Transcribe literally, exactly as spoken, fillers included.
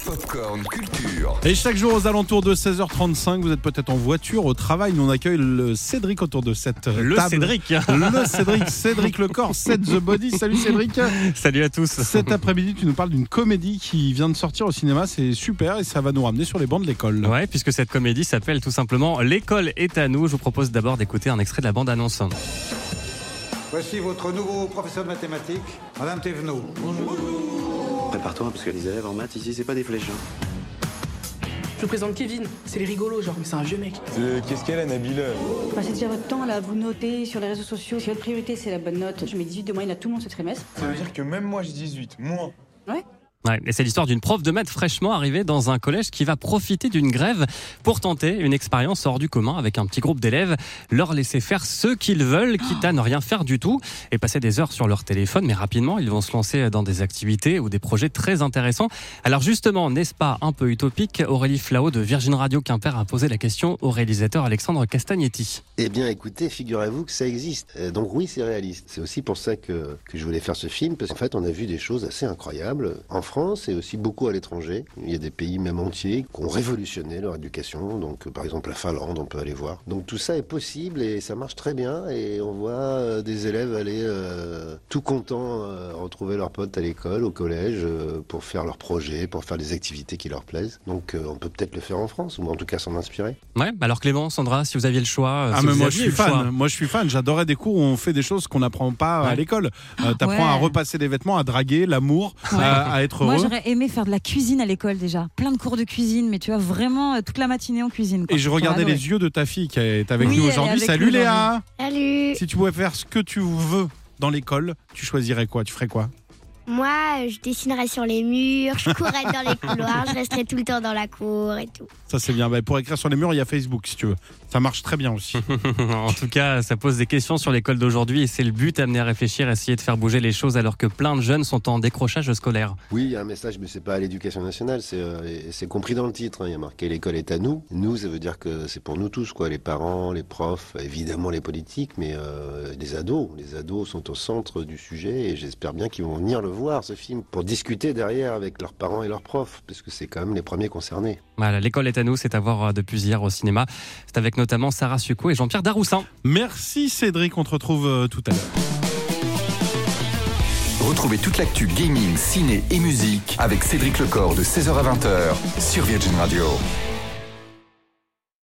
Popcorn Culture. Et chaque jour aux alentours de seize heures trente-cinq, vous êtes peut-être en voiture, au travail. Nous on accueille le Cédric autour de cette le table. Cédric. Le Cédric. Cédric Lecor, Set the Body. Salut Cédric. Salut à tous. Cet après-midi, tu nous parles d'une comédie qui vient de sortir au cinéma. C'est super et ça va nous ramener sur les bancs de l'école. Ouais, puisque cette comédie s'appelle tout simplement L'école est à nous. Je vous propose d'abord d'écouter un extrait de la bande-annonce. Voici votre nouveau professeur de mathématiques, Madame Thévenot. Bonjour. Prépare-toi, parce que les élèves en maths, ici, c'est pas des flèches. Hein. Je vous présente Kevin, c'est les rigolos, genre, mais c'est un vieux mec. Euh, qu'est-ce qu'elle a, Nabila? Vous passez déjà votre temps là, à vous noter sur les réseaux sociaux. Si votre priorité, c'est la bonne note, je mets dix-huit de moyenne à tout le monde ce trimestre. Ça veut dire que même moi, j'ai dix-huit. Moi. Ouais. Ouais, et c'est l'histoire d'une prof de maths fraîchement arrivée dans un collège qui va profiter d'une grève pour tenter une expérience hors du commun avec un petit groupe d'élèves, leur laisser faire ce qu'ils veulent, quitte à ne rien faire du tout et passer des heures sur leur téléphone. Mais rapidement, ils vont se lancer dans des activités ou des projets très intéressants. Alors justement, n'est-ce pas un peu utopique? Aurélie Flao de Virgin Radio Quimper a posé la question au réalisateur Alexandre Castagnetti. Eh bien, écoutez, figurez-vous que ça existe. Euh, donc oui, c'est réaliste. C'est aussi pour ça que, que je voulais faire ce film, parce qu'en fait, on a vu des choses assez incroyables en France et aussi beaucoup à l'étranger. Il y a des pays même entiers qui ont révolutionné leur éducation. Donc, euh, par exemple, la Finlande, on peut aller voir. Donc tout ça est possible et ça marche très bien. Et on voit euh, des élèves aller euh, tout contents euh, retrouver leurs potes à l'école, au collège, euh, pour faire leurs projets, pour faire des activités qui leur plaisent. Donc euh, on peut peut-être le faire en France, ou en tout cas s'en inspirer. Ouais, alors Clément, Sandra, si vous aviez le choix... Ah si mais vous moi je suis fan, choix. moi je suis fan, j'adorais des cours où on fait des choses qu'on n'apprend pas ouais. à l'école. Euh, t'apprends ouais. à repasser des vêtements, à draguer, l'amour, ouais. à, à être heureux. Moi j'aurais aimé faire de la cuisine à l'école déjà, plein de cours de cuisine, mais tu vois vraiment euh, toute la matinée en cuisine. Quoi. Et je regardais adoré. les yeux de ta fille qui est avec oui, nous elle est aujourd'hui. avec Salut nous Léa. Salut. Si tu pouvais faire ce que tu veux dans l'école, tu choisirais quoi? Tu ferais quoi? Moi, je dessinerais sur les murs, je courrais dans les couloirs, je resterais tout le temps dans la cour et tout. Ça c'est bien. Bah, pour écrire sur les murs, il y a Facebook si tu veux. Ça marche très bien aussi. En tout cas, ça pose des questions sur l'école d'aujourd'hui et c'est le but, amener à réfléchir, essayer de faire bouger les choses alors que plein de jeunes sont en décrochage scolaire. Oui, il y a un message, mais c'est pas à l'éducation nationale, c'est, euh, c'est compris dans le titre. Hein. Il y a marqué l'école est à nous. Nous, ça veut dire que c'est pour nous tous, quoi. Les parents, les profs, évidemment les politiques, mais euh, les ados. Les ados sont au centre du sujet et j'espère bien qu'ils vont venir le voir, ce film, pour discuter derrière avec leurs parents et leurs profs, parce que c'est quand même les premiers concernés. Voilà, l'école est à nous, c'est à voir depuis hier au cinéma. C'est avec notamment Sarah Succo et Jean-Pierre Daroussin. Merci Cédric, on te retrouve euh, tout à l'heure. Retrouvez toute l'actu gaming, ciné et musique avec Cédric Lecor de seize heures à vingt heures sur Virgin Radio.